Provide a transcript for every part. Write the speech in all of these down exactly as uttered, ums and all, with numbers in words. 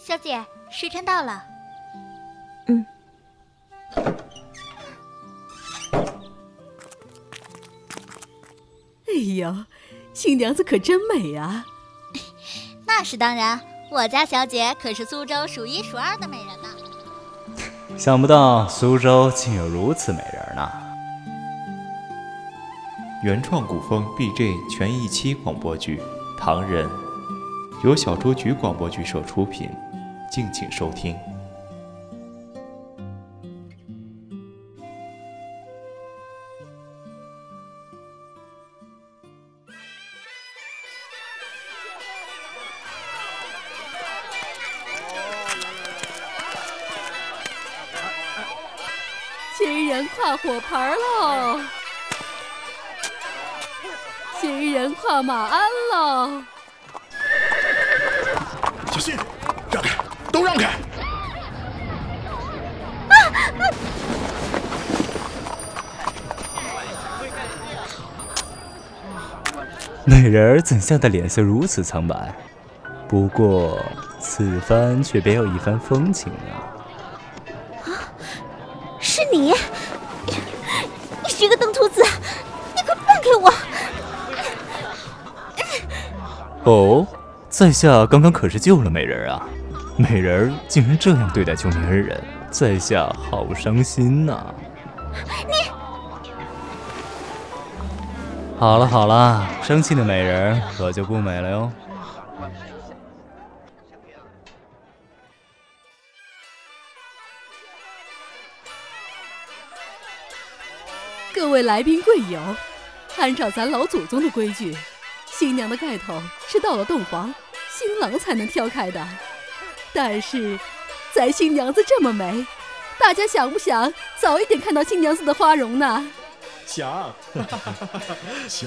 小姐，时辰到了。 嗯。 哎呦，新娘子可真美啊！ 那是当然，我家小姐可是苏州数一数二的美人呢。 想不到苏州竟有如此美人呢。 原创古风 B J 全一期广播剧《唐人》，由小雏菊广播剧社出品，敬请收听。 新人跨火盆喽！新人跨马鞍喽！ 小心，让开，都让开！ 啊啊！ 美人儿怎吓得脸色如此苍白？不过此番却别有一番风情啊！ 是你，你是个登徒子，你快放开我！ 哦，在下刚刚可是救了美人啊！美人竟然这样对待救命恩人，在下好伤心呐、啊！ 你， 好了好了，生气的美人可就不美了哟。 各位来宾贵友，按照咱老祖宗的规矩，新娘的盖头是到了洞房，新郎才能挑开的。但是，咱新娘子这么美，大家想不想早一点看到新娘子的花容呢？ 想，想。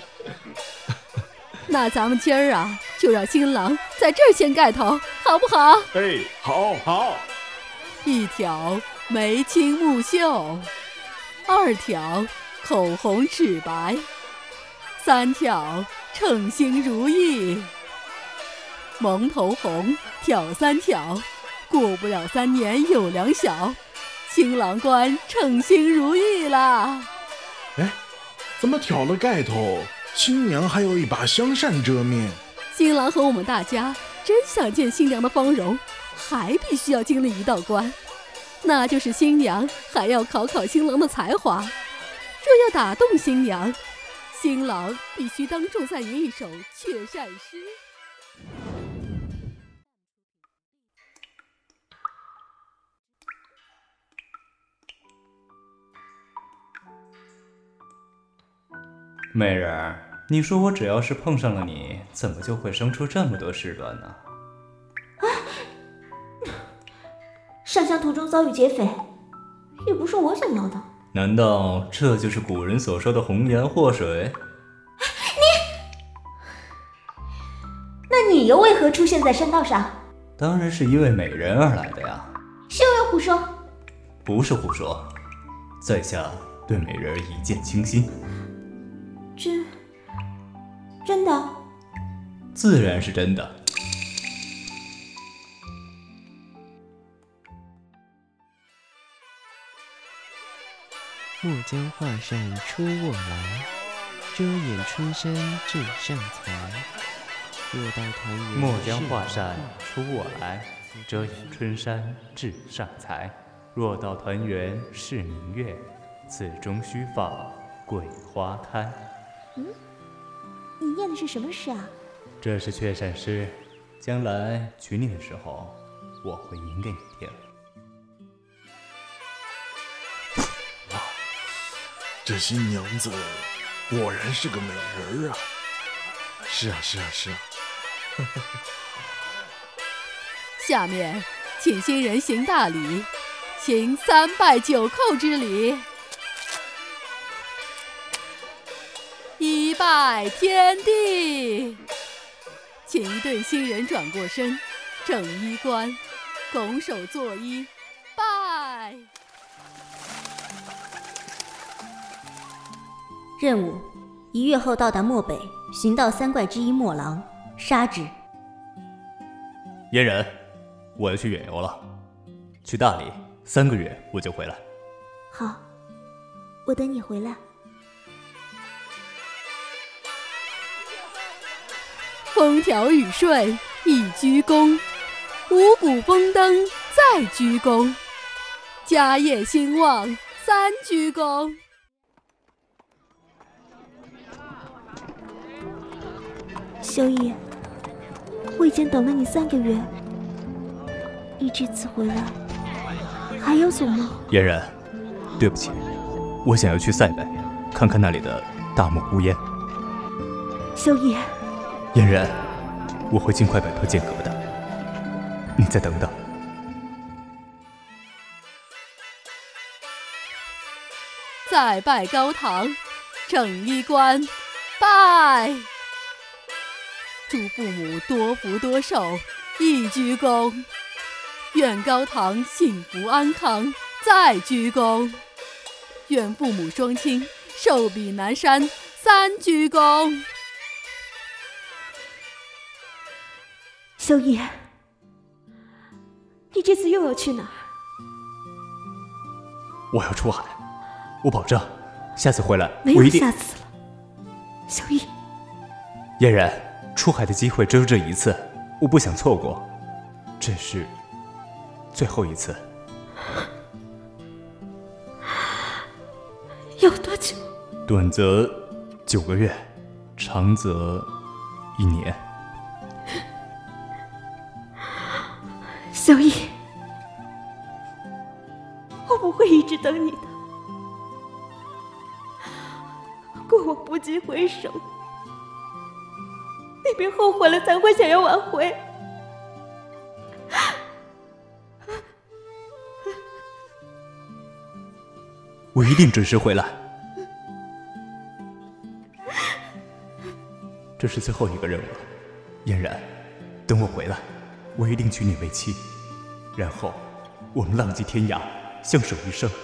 那咱们今儿啊，就让新郎在这儿先盖头，好不好？ 哎，好好。 一条眉清目秀。二条口红齿白，三条称心如意，蒙头红挑三挑，过不了三年有两小，新郎官称心如意啦！ 哎，怎么挑了盖头，新娘还有一把香扇遮面？ 新郎和我们大家真想见新娘的芳容，还必须要经历一道关。那就是新娘还要考考新郎的才华，若要打动新娘，新郎必须当众赞吟一首雀扇诗。 美人儿，你说我只要是碰上了你，怎么就会生出这么多事端呢？ 啊！上香途中遭遇劫匪，也不是我想要的。 难道这就是古人所说的红颜祸水？ 你，那你又为何出现在山道上？ 当然是因为美人而来的呀。 休要胡说！ 不是胡说，在下对美人一见倾心。 真真的？ 自然是真的。 莫将华扇出我来，遮掩春山至上材。若到团圆莫将华扇出我来，遮掩春山至上材。若到团圆是明月，此中须放桂花开。 嗯，你念的是什么诗啊？ 这是雀扇诗，将来娶你的时候，我会吟给你听。 这新娘子果然是个美人啊！是啊，是啊，是啊。 下面，请新人行大礼，行三拜九叩之礼。一拜天地，请一对新人转过身，正衣冠，拱手作揖，拜。 任务：一月后到达漠北，寻到三怪之一墨郎，杀之。 阉人， 我要去远游了，去大理，三个月我就回来。 好，我等你回来。 风调雨顺一鞠躬，五谷丰登再鞠躬，家业兴旺三鞠躬。 萧逸，我已经等了你三个月，你这次回来还要走吗？ 嫣然，对不起，我想要去塞北，看看那里的大漠孤烟。 萧逸， 嫣然，我会尽快摆脱间隔的，你再等等。 再拜高堂，正衣冠，拜。祝父母多福多寿，一鞠躬；愿高堂幸福安康，再鞠躬；愿父母双亲寿比南山，三鞠躬。 萧逸，你这次又要去哪儿？ 我要出海，我保证，下次回来没有我一定。 下次了，萧逸。 嫣然，出海的机会只有这一次，我不想错过，这是最后一次。 要多久？ 短则九个月，长则一年。 萧逸，我不会一直等你的。过往不及回首，你别后悔了才会想要挽回。 我一定准时回来。这是最后一个任务了，嫣然，等我回来，我一定娶你为妻，然后我们浪迹天涯，相守一生。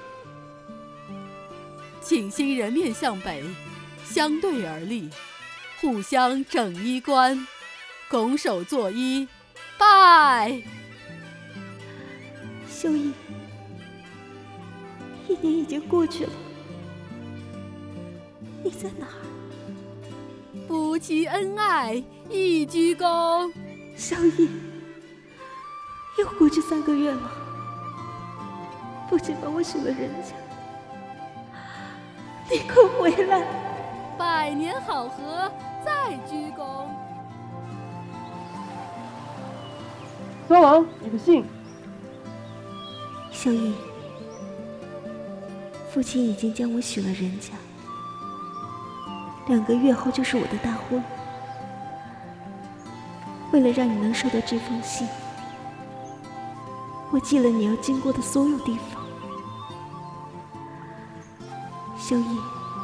请新人面向北，相对而立，互相整衣冠，拱手作揖，拜。 萧逸，一年已经过去了，你在哪儿？ 夫妻恩爱一鞠躬。 萧逸，又过去三个月了，父亲把我许了人家，你快回来！ 百年好合，再鞠躬。 三王，你的信。 萧逸，父亲已经将我许了人家，两个月后就是我的大婚。为了让你能收到这封信，我记了你要经过的所有地方。萧逸，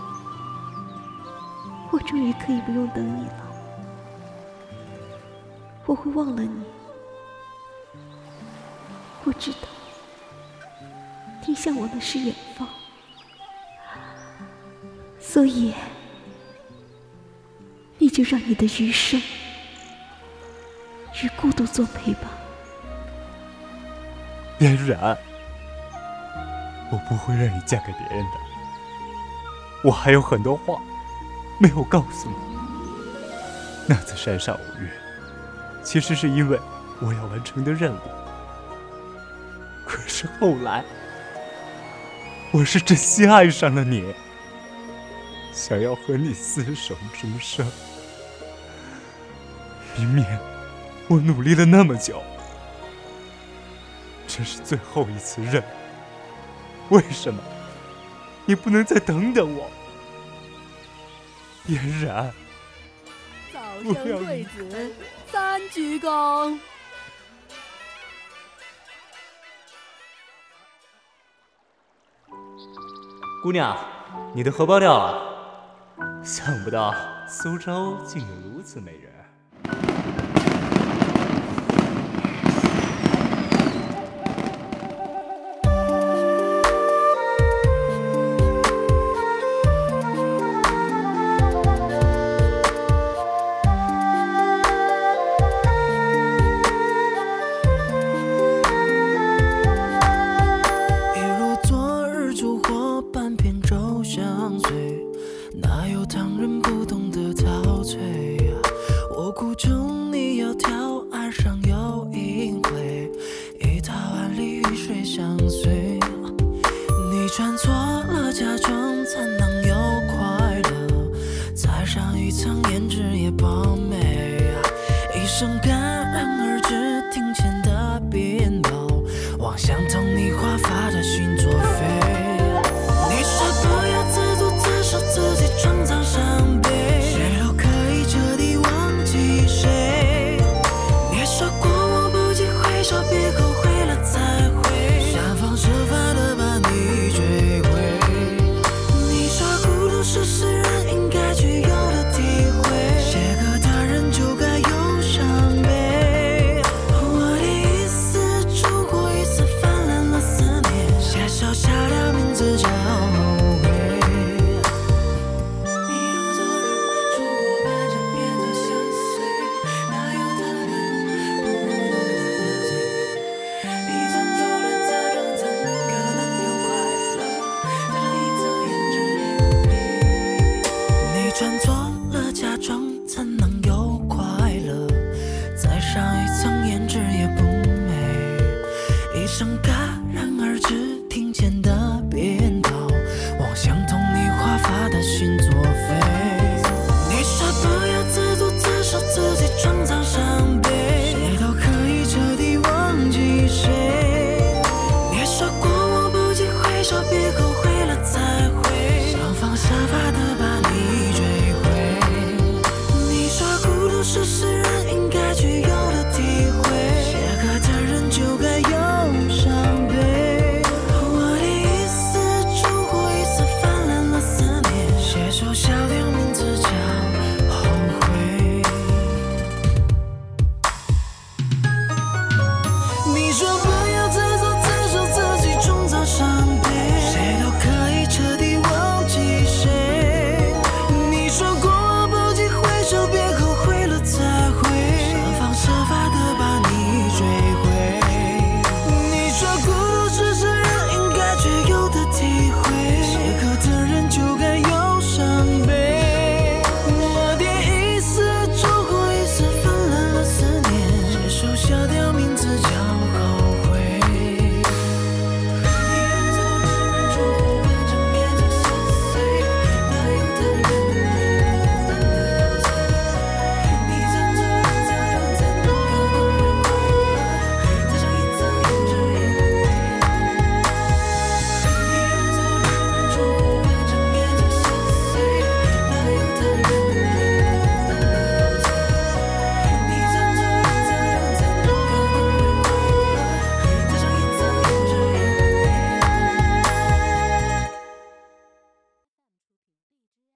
我终于可以不用等你了，我会忘了你。我知道你向往的是远方，所以你就让你的余生与孤独作陪吧。 嫣然，我不会让你嫁给别人的，我还有很多话没有告诉你。那次山上五月，其实是因为我要完成的任务，可是后来我是真心爱上了你，想要和你厮守终生。明明我努力了那么久，这是最后一次任务，为什么你不能再等等我？嫣然， 早生贵子，三鞠躬。 姑娘，你的荷包掉了。想不到苏州竟有如此美人。 条岸上有一回，一套万里雨水相随。你穿错了嫁妆才能有快乐，再上一层胭脂也不美。一生戛然而止，庭前的鞭炮望向同你华发的心作废。你说不要自作自受，自己创造伤悲，谁都可以彻底忘记谁。你说过我不计回首，别后悔了才会想方设法的把你追回。你说孤独是诗人应该具有的体会，写歌的人就该有伤悲。我第一次出国，一次泛滥了思念，写首下了名字叫后悔。你若做人出国伴着别的相随，哪有他人不能了解？你穿错了嫁妆怎可能有快乐？再上一层胭脂也不美。你穿错了嫁妆怎能有快乐？再上一层胭脂也不美。一生戛然而止，庭前的鞭炮望向同你华发的心作废。你说不要自作自受，自己创造伤悲，谁都可以彻底忘记谁。你说过我不计回首，别后悔了才会想方设法的把你追回。你说孤独是诗人应该具有